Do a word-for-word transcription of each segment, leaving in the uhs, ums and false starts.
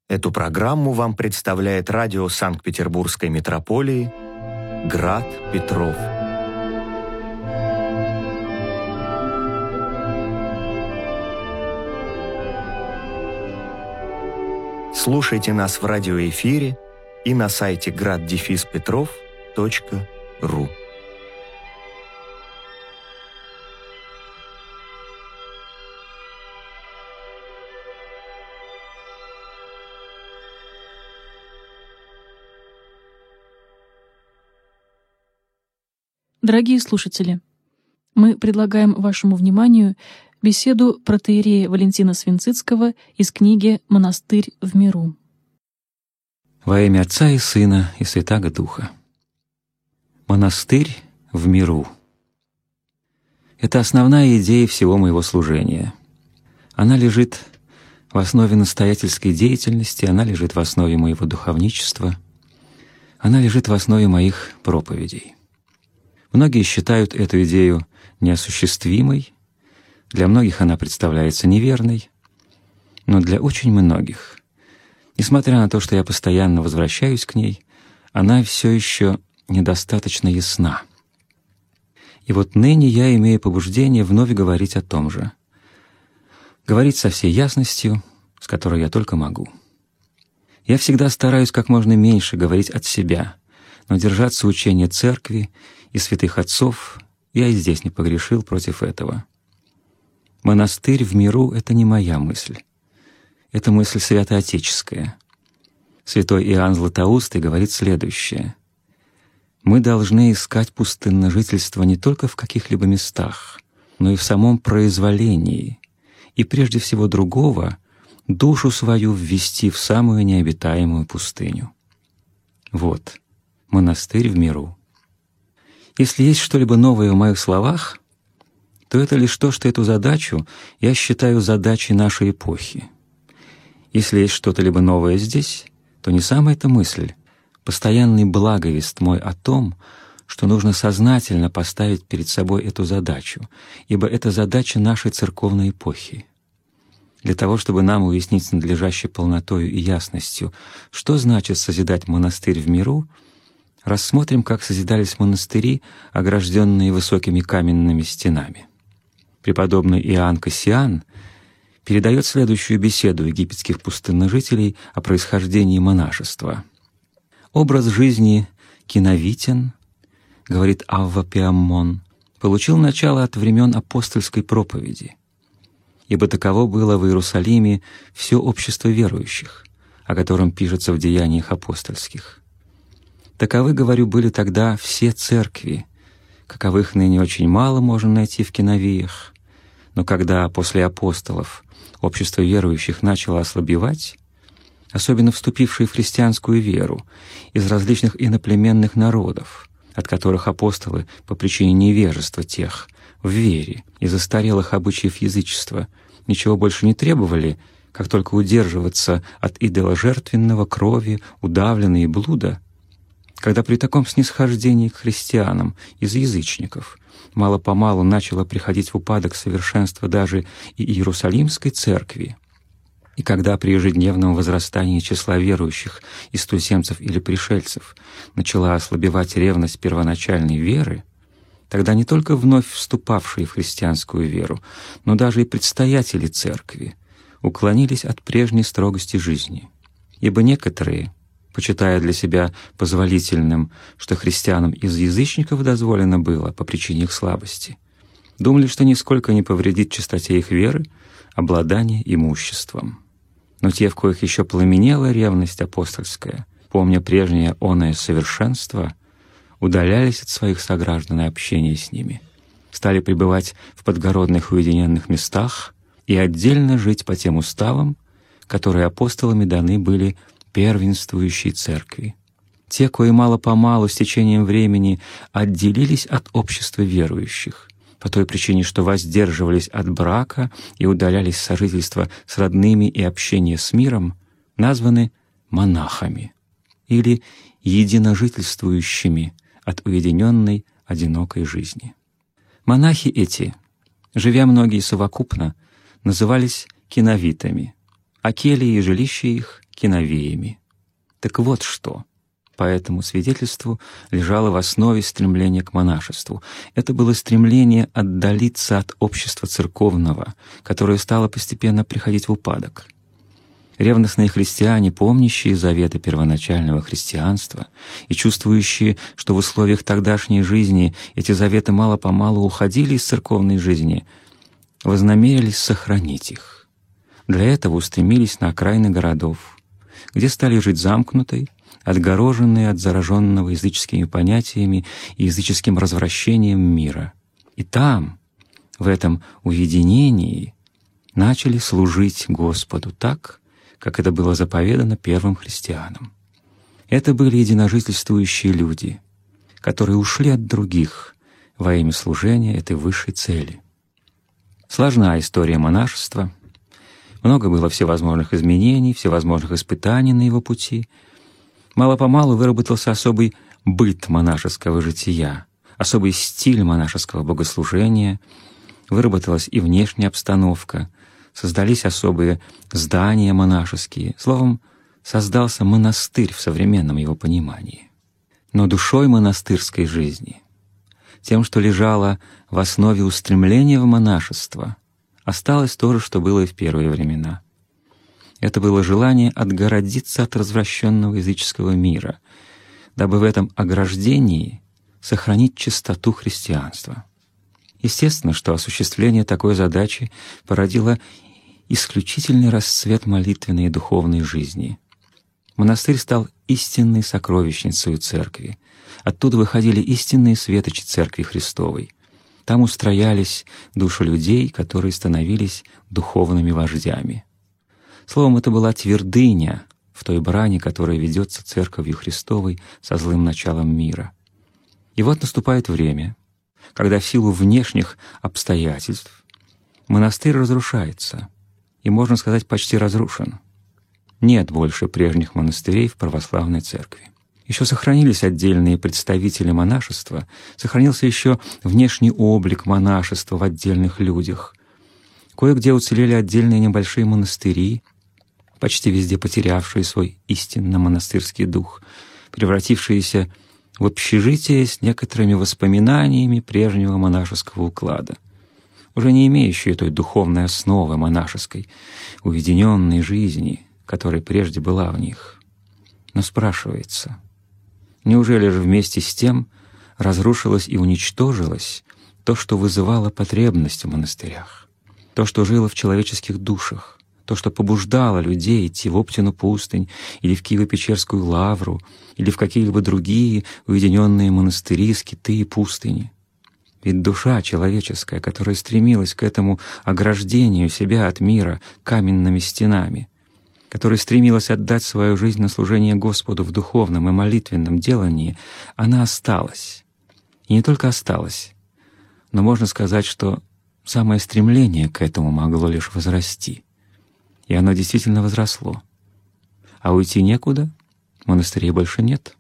Эту программу вам представляет радио Санкт-Петербургской митрополии «Град Петров». Слушайте нас в радиоэфире и на сайте град петров точка ру. Дорогие слушатели, мы предлагаем вашему вниманию беседу протоиерея Валентина Свинцицкого из книги «Монастырь в миру». Во имя Отца и Сына и Святаго Духа. Монастырь в миру. Это основная идея всего моего служения. Она лежит в основе настоятельской деятельности, она лежит в основе моего духовничества, она лежит в основе моих проповедей. Многие считают эту идею неосуществимой, для многих она представляется неверной, но для очень многих, несмотря на то, что я постоянно возвращаюсь к ней, она все еще недостаточно ясна. И вот ныне я имею побуждение вновь говорить о том же, говорить со всей ясностью, с которой я только могу. Я всегда стараюсь как можно меньше говорить от себя, но держаться учения Церкви и святых отцов я и здесь не погрешил против этого. Монастырь в миру — это не моя мысль. Это мысль святоотеческая. Святой Иоанн Златоустый говорит следующее. Мы должны искать пустынное жительство не только в каких-либо местах, но и в самом произволении, и прежде всего другого душу свою ввести в самую необитаемую пустыню. Вот, монастырь в миру. Если есть что-либо новое в моих словах, то это лишь то, что эту задачу я считаю задачей нашей эпохи. Если есть что-то либо новое здесь, то не самая эта мысль, постоянный благовест мой о том, что нужно сознательно поставить перед собой эту задачу, ибо это задача нашей церковной эпохи. Для того, чтобы нам уяснить с надлежащей полнотою и ясностью, что значит созидать монастырь в миру, рассмотрим, как созидались монастыри, огражденные высокими каменными стенами. Преподобный Иоанн Кассиан передает следующую беседу египетских пустынножителей о происхождении монашества. «Образ жизни киновитен, — говорит Авва Пиаммон, — получил начало от времен апостольской проповеди, ибо таково было в Иерусалиме все общество верующих, о котором пишется в деяниях апостольских. Таковы, говорю, были тогда все церкви, каковых ныне очень мало можно найти в киновиях, но когда после апостолов общество верующих начало ослабевать, особенно вступившие в христианскую веру из различных иноплеменных народов, от которых апостолы по причине невежества тех в вере и застарелых обычаев язычества ничего больше не требовали, как только удерживаться от идоложертвенного, крови, удавленной и блуда, когда при таком снисхождении к христианам из язычников мало-помалу начало приходить в упадок совершенства даже и Иерусалимской церкви, и когда при ежедневном возрастании числа верующих из туземцев или пришельцев начала ослабевать ревность первоначальной веры, тогда не только вновь вступавшие в христианскую веру, но даже и предстоятели церкви уклонились от прежней строгости жизни, ибо некоторые, почитая для себя позволительным, что христианам из язычников дозволено было по причине их слабости, думали, что нисколько не повредит чистоте их веры обладание имуществом. Но те, в коих еще пламенела ревность апостольская, помня прежнее оное совершенство, удалялись от своих сограждан и общения с ними, стали пребывать в подгородных уединенных местах и отдельно жить по тем уставам, которые апостолами даны были первенствующей церкви. Те, кои мало-помалу с течением времени отделились от общества верующих, по той причине, что воздерживались от брака и удалялись с сожительства с родными и общения с миром, названы монахами или единожительствующими от уединенной, одинокой жизни. Монахи эти, живя многие совокупно, назывались киновитами, а кельи и жилища их — киновеями. Так вот что. По этому свидетельству лежало в основе стремления к монашеству. Это было стремление отдалиться от общества церковного, которое стало постепенно приходить в упадок. Ревностные христиане, помнящие заветы первоначального христианства и чувствующие, что в условиях тогдашней жизни эти заветы мало-помалу уходили из церковной жизни, вознамерились сохранить их. Для этого устремились на окраины городов, где стали жить замкнутой, отгороженные от зараженного языческими понятиями и языческим развращением мира. И там, в этом уединении, начали служить Господу так, как это было заповедано первым христианам. Это были единожительствующие люди, которые ушли от других во имя служения этой высшей цели. Сложна история монашества. Много было всевозможных изменений, всевозможных испытаний на его пути. Мало-помалу выработался особый быт монашеского жития, особый стиль монашеского богослужения, выработалась и внешняя обстановка, создались особые здания монашеские. Словом, создался монастырь в современном его понимании. Но душой монастырской жизни, тем, что лежало в основе устремления в монашество, осталось то же, что было и в первые времена. Это было желание отгородиться от развращенного языческого мира, дабы в этом ограждении сохранить чистоту христианства. Естественно, что осуществление такой задачи породило исключительный расцвет молитвенной и духовной жизни. Монастырь стал истинной сокровищницей Церкви. Оттуда выходили истинные светочи Церкви Христовой. Там устроялись души людей, которые становились духовными вождями. Словом, это была твердыня в той брани, которая ведется Церковью Христовой со злым началом мира. И вот наступает время, когда в силу внешних обстоятельств монастырь разрушается, и, можно сказать, почти разрушен. Нет больше прежних монастырей в православной церкви. Еще сохранились отдельные представители монашества, сохранился еще внешний облик монашества в отдельных людях. Кое-где уцелели отдельные небольшие монастыри, почти везде потерявшие свой истинно монастырский дух, превратившиеся в общежитие с некоторыми воспоминаниями прежнего монашеского уклада, уже не имеющие той духовной основы монашеской, уединенной жизни, которая прежде была в них. Но спрашивается, неужели же вместе с тем разрушилось и уничтожилось то, что вызывало потребность в монастырях, то, что жило в человеческих душах, то, что побуждало людей идти в Оптину пустынь или в Киево-Печерскую лавру или в какие-либо другие уединенные монастыри, скиты и пустыни? Ведь душа человеческая, которая стремилась к этому ограждению себя от мира каменными стенами, которая стремилась отдать свою жизнь на служение Господу в духовном и молитвенном делании, она осталась. И не только осталась, но можно сказать, что самое стремление к этому могло лишь возрасти. И оно действительно возросло. А уйти некуда, монастырей больше нет.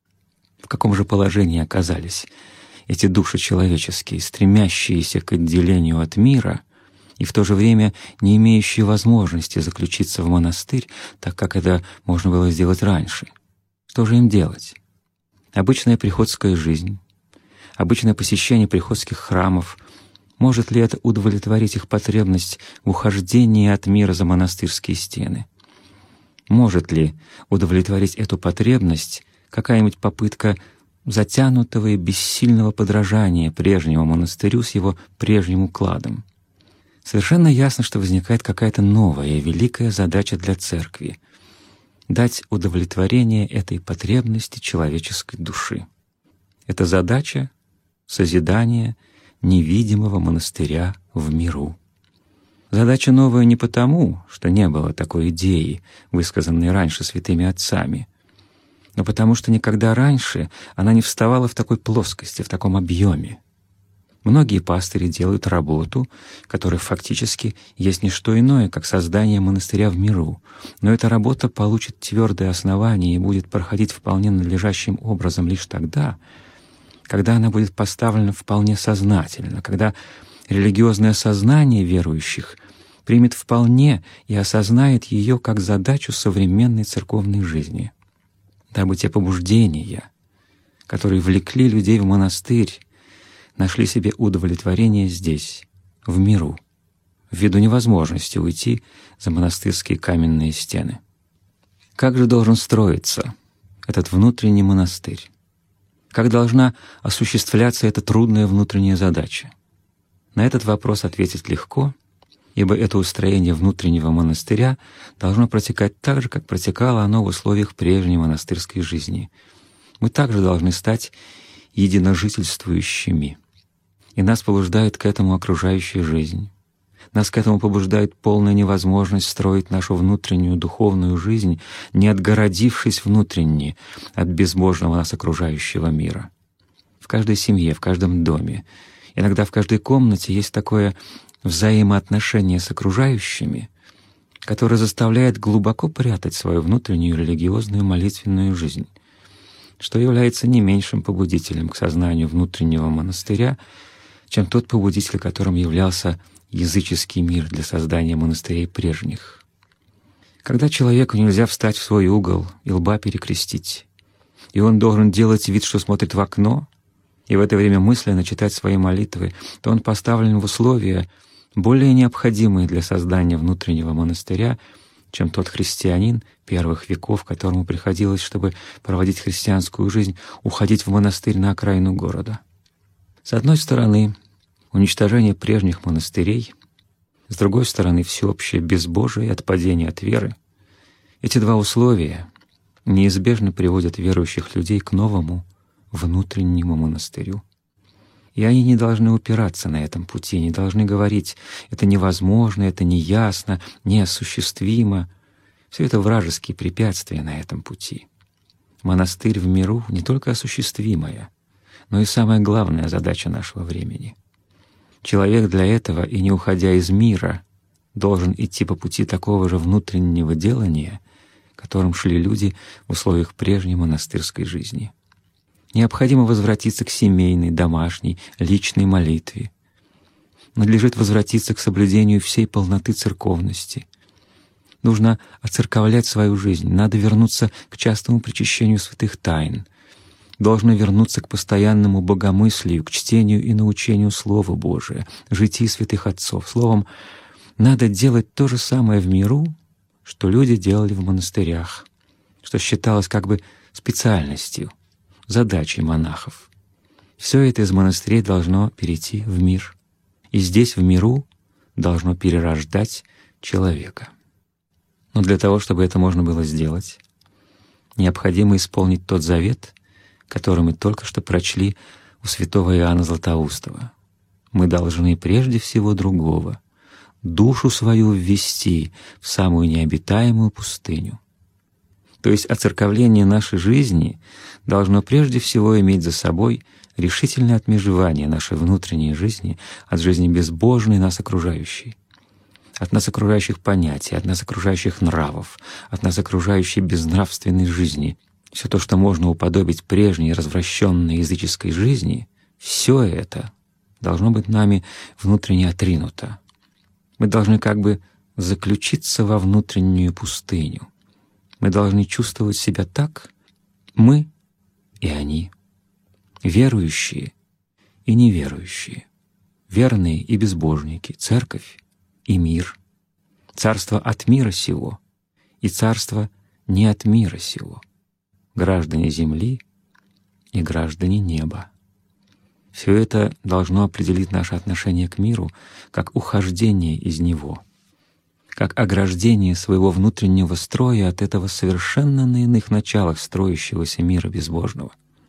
В каком же положении оказались эти души человеческие, стремящиеся к отделению от мира и в то же время не имеющие возможности заключиться в монастырь, так как это можно было сделать раньше? Что же им делать? Обычная приходская жизнь, обычное посещение приходских храмов, может ли это удовлетворить их потребность в ухождении от мира за монастырские стены? Может ли удовлетворить эту потребность какая-нибудь попытка затянутого и бессильного подражания прежнему монастырю с его прежним укладом? Совершенно ясно, что возникает какая-то новая и великая задача для Церкви — дать удовлетворение этой потребности человеческой души. Это задача — созидание невидимого монастыря в миру. Задача новая не потому, что не было такой идеи, высказанной раньше святыми отцами, но потому что никогда раньше она не вставала в такой плоскости, в таком объеме. Многие пастыри делают работу, которая фактически есть не что иное, как создание монастыря в миру, но эта работа получит твердое основание и будет проходить вполне надлежащим образом лишь тогда, когда она будет поставлена вполне сознательно, когда религиозное сознание верующих примет вполне и осознает ее как задачу современной церковной жизни, дабы те побуждения, которые влекли людей в монастырь, нашли себе удовлетворение здесь, в миру, ввиду невозможности уйти за монастырские каменные стены. Как же должен строиться этот внутренний монастырь? Как должна осуществляться эта трудная внутренняя задача? На этот вопрос ответить легко, ибо это устроение внутреннего монастыря должно протекать так же, как протекало оно в условиях прежней монастырской жизни. Мы также должны стать единожительствующими, и нас побуждает к этому окружающая жизнь. Нас к этому побуждает полная невозможность строить нашу внутреннюю духовную жизнь, не отгородившись внутренне от безбожного нас окружающего мира. В каждой семье, в каждом доме, иногда в каждой комнате есть такое взаимоотношение с окружающими, которое заставляет глубоко прятать свою внутреннюю религиозную молитвенную жизнь, что является не меньшим побудителем к сознанию внутреннего монастыря, чем тот побудитель, которым являлся языческий мир для создания монастырей прежних. Когда человеку нельзя встать в свой угол и лба перекрестить, и он должен делать вид, что смотрит в окно, и в это время мысленно читать свои молитвы, то он поставлен в условия, более необходимые для создания внутреннего монастыря, чем тот христианин первых веков, которому приходилось, чтобы проводить христианскую жизнь, уходить в монастырь на окраину города. С одной стороны, уничтожение прежних монастырей, с другой стороны, всеобщее безбожие и отпадение от веры. Эти два условия неизбежно приводят верующих людей к новому внутреннему монастырю. И они не должны упираться на этом пути, не должны говорить «это невозможно, это неясно, неосуществимо». Все это вражеские препятствия на этом пути. Монастырь в миру не только осуществимая, но и самая главная задача нашего времени. Человек для этого, и не уходя из мира, должен идти по пути такого же внутреннего делания, которым шли люди в условиях прежней монастырской жизни. Необходимо возвратиться к семейной, домашней, личной молитве. Надлежит возвратиться к соблюдению всей полноты церковности. Нужно оцерковлять свою жизнь, надо вернуться к частому причащению святых тайн. Должно вернуться к постоянному богомыслию, к чтению и научению Слова Божия, житий святых отцов. Словом, надо делать то же самое в миру, что люди делали в монастырях, что считалось как бы специальностью, задачей монахов. Все это из монастырей должно перейти в мир, и здесь, в миру, должно перерождать человека. Но для того, чтобы это можно было сделать, необходимо исполнить тот завет, который мы только что прочли у святого Иоанна Златоустова. Мы должны прежде всего другого душу свою ввести в самую необитаемую пустыню. То есть оцерковление нашей жизни должно прежде всего иметь за собой решительное отмежевание нашей внутренней жизни от жизни безбожной нас окружающей, от нас окружающих понятий, от нас окружающих нравов, от нас окружающей безнравственной жизни. Все то, что можно уподобить прежней развращенной языческой жизни, все это должно быть нами внутренне отринуто. Мы должны как бы заключиться во внутреннюю пустыню. Мы должны чувствовать себя так, мы и они, верующие и неверующие, верные и безбожники, церковь и мир, царство от мира сего и царство не от мира сего, граждане земли и граждане неба. Все это должно определить наше отношение к миру как ухождение из него, как ограждение своего внутреннего строя от этого совершенно на иных началах строящегося мира безбожного.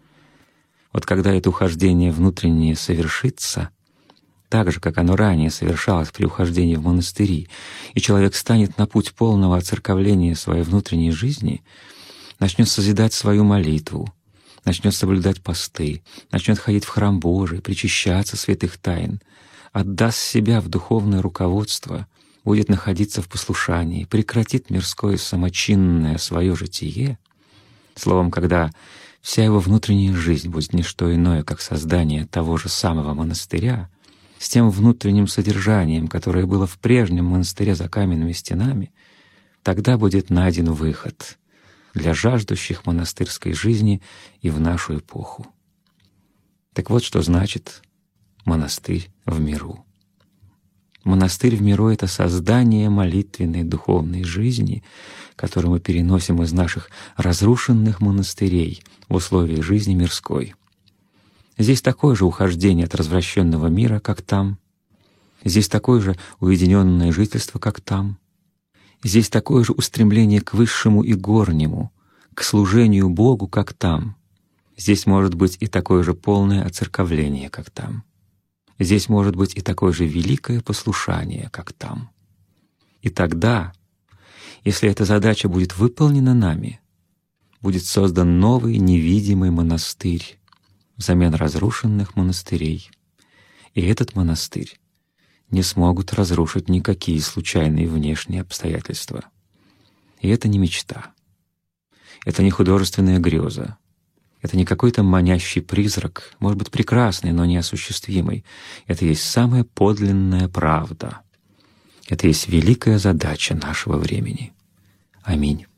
Вот когда это ухождение внутреннее совершится, так же, как оно ранее совершалось при ухождении в монастыри, и человек станет на путь полного оцерковления своей внутренней жизни, начнет созидать свою молитву, начнет соблюдать посты, начнет ходить в храм Божий, причащаться святых тайн, отдаст себя в духовное руководство, будет находиться в послушании, прекратит мирское самочинное свое житие. Словом, когда вся его внутренняя жизнь будет не что иное, как создание того же самого монастыря, с тем внутренним содержанием, которое было в прежнем монастыре за каменными стенами, тогда будет найден выход для жаждущих монастырской жизни и в нашу эпоху. Так вот, что значит монастырь в миру. Монастырь в миру — это создание молитвенной духовной жизни, которую мы переносим из наших разрушенных монастырей в условиях жизни мирской. Здесь такое же ухождение от развращенного мира, как там. Здесь такое же уединенное жительство, как там. Здесь такое же устремление к высшему и горнему, к служению Богу, как там. Здесь может быть и такое же полное оцерковление, как там. Здесь может быть и такое же великое послушание, как там. И тогда, если эта задача будет выполнена нами, будет создан новый невидимый монастырь взамен разрушенных монастырей. И этот монастырь не смогут разрушить никакие случайные внешние обстоятельства. И это не мечта. Это не художественная греза. Это не какой-то манящий призрак, может быть, прекрасный, но неосуществимый. Это есть самая подлинная правда. Это есть великая задача нашего времени. Аминь.